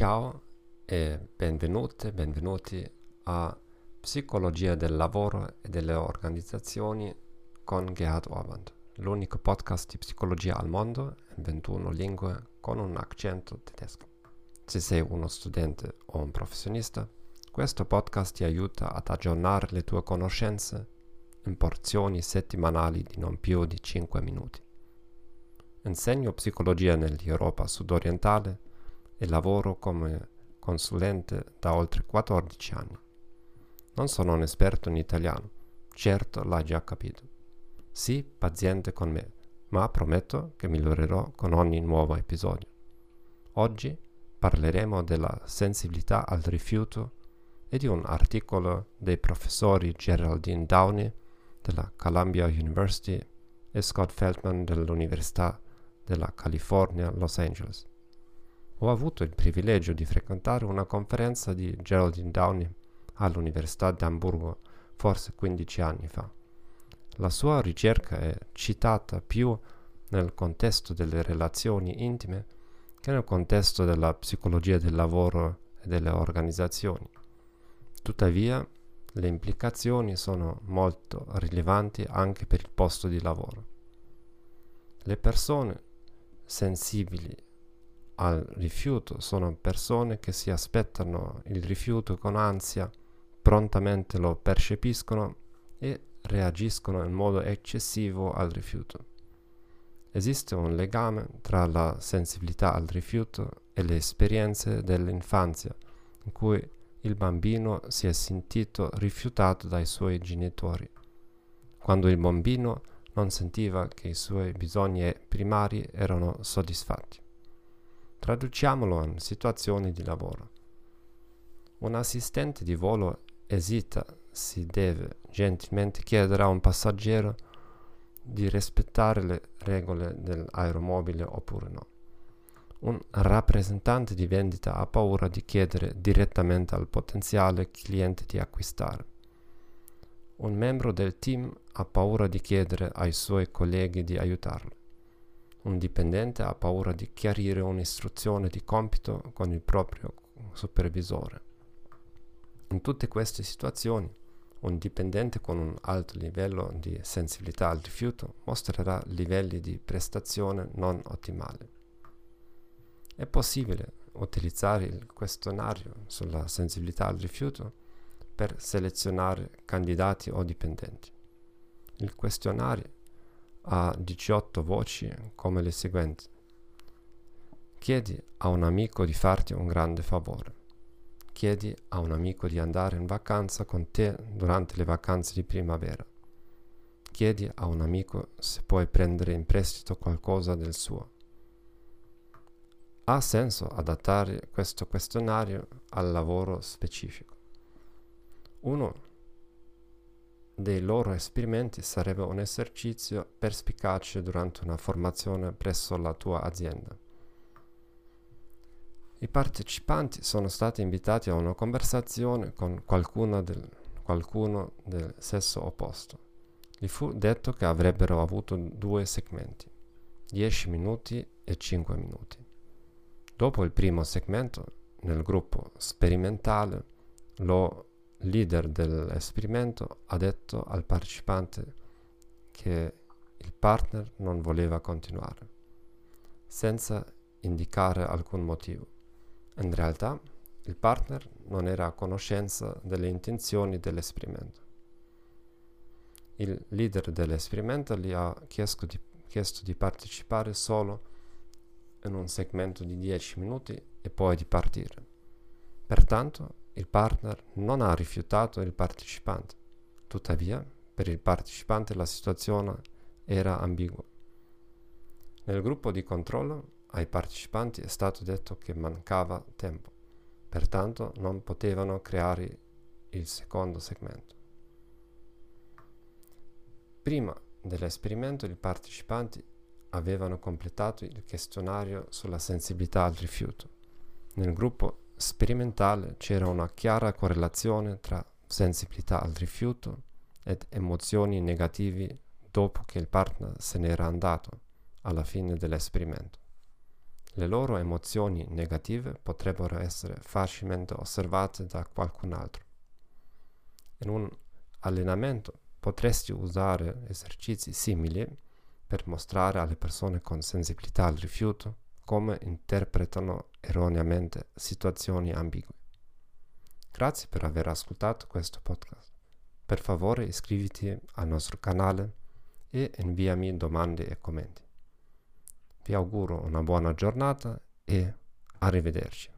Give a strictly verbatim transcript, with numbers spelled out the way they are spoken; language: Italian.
Ciao e benvenute, benvenuti a Psicologia del lavoro e delle organizzazioni con Gerhard Orband, l'unico podcast di psicologia al mondo in ventuno lingue con un accento tedesco. Se sei uno studente o un professionista, questo podcast ti aiuta ad aggiornare le tue conoscenze in porzioni settimanali di non più di cinque minuti. Insegno psicologia nell'Europa sudorientale e lavoro come consulente da oltre quattordici anni. Non sono un esperto in italiano, certo l'hai già capito. Sii paziente con me, ma prometto che migliorerò con ogni nuovo episodio. Oggi parleremo della sensibilità al rifiuto e di un articolo dei professori Geraldine Downey della Columbia University e Scott Feldman dell'Università della California, Los Angeles. Ho avuto il privilegio di frequentare una conferenza di Geraldine Downey all'Università di Amburgo forse quindici anni fa. La sua ricerca è citata più nel contesto delle relazioni intime che nel contesto della psicologia del lavoro e delle organizzazioni. Tuttavia, le implicazioni sono molto rilevanti anche per il posto di lavoro. Le persone sensibili al rifiuto sono persone che si aspettano il rifiuto con ansia, prontamente lo percepiscono e reagiscono in modo eccessivo al rifiuto. Esiste un legame tra la sensibilità al rifiuto e le esperienze dell'infanzia, in cui il bambino si è sentito rifiutato dai suoi genitori. Quando il bambino non sentiva che i suoi bisogni primari erano soddisfatti. Traduciamolo in situazioni di lavoro. Un assistente di volo esita, si deve gentilmente chiedere a un passeggero di rispettare le regole dell'aeromobile oppure no. Un rappresentante di vendita ha paura di chiedere direttamente al potenziale cliente di acquistare. Un membro del team ha paura di chiedere ai suoi colleghi di aiutarlo. Un dipendente ha paura di chiarire un'istruzione di compito con il proprio supervisore. In tutte queste situazioni, un dipendente con un alto livello di sensibilità al rifiuto mostrerà livelli di prestazione non ottimali. È possibile utilizzare il questionario sulla sensibilità al rifiuto per selezionare candidati o dipendenti. Il questionario ha diciotto voci come le seguenti. Chiedi a un amico di farti un grande favore. Chiedi a un amico di andare in vacanza con te durante le vacanze di primavera. Chiedi a un amico se puoi prendere in prestito qualcosa del suo. Ha senso adattare questo questionario al lavoro specifico. Uno dei loro esperimenti sarebbe un esercizio perspicace durante una formazione presso la tua azienda. I partecipanti sono stati invitati a una conversazione con qualcuno del, qualcuno del sesso opposto. Gli fu detto che avrebbero avuto due segmenti, dieci minuti e cinque minuti. Dopo il primo segmento, nel gruppo sperimentale, lo leader dell'esperimento ha detto al partecipante che il partner non voleva continuare, senza indicare alcun motivo. In realtà, il partner non era a conoscenza delle intenzioni dell'esperimento. Il leader dell'esperimento gli ha chiesto di, chiesto di partecipare solo in un segmento di dieci minuti e poi di partire. Pertanto, il partner non ha rifiutato il partecipante. Tuttavia, per il partecipante la situazione era ambigua. Nel gruppo di controllo ai partecipanti è stato detto che mancava tempo, pertanto non potevano creare il secondo segmento. Prima dell'esperimento i partecipanti avevano completato il questionario sulla sensibilità al rifiuto. Nel gruppo sperimentale c'era una chiara correlazione tra sensibilità al rifiuto ed emozioni negative dopo che il partner se n'era andato alla fine dell'esperimento. Le loro emozioni negative potrebbero essere facilmente osservate da qualcun altro. In un allenamento potresti usare esercizi simili per mostrare alle persone con sensibilità al rifiuto come interpretano erroneamente situazioni ambigue. Grazie per aver ascoltato questo podcast. Per favore iscriviti al nostro canale e inviami domande e commenti. Vi auguro una buona giornata e arrivederci.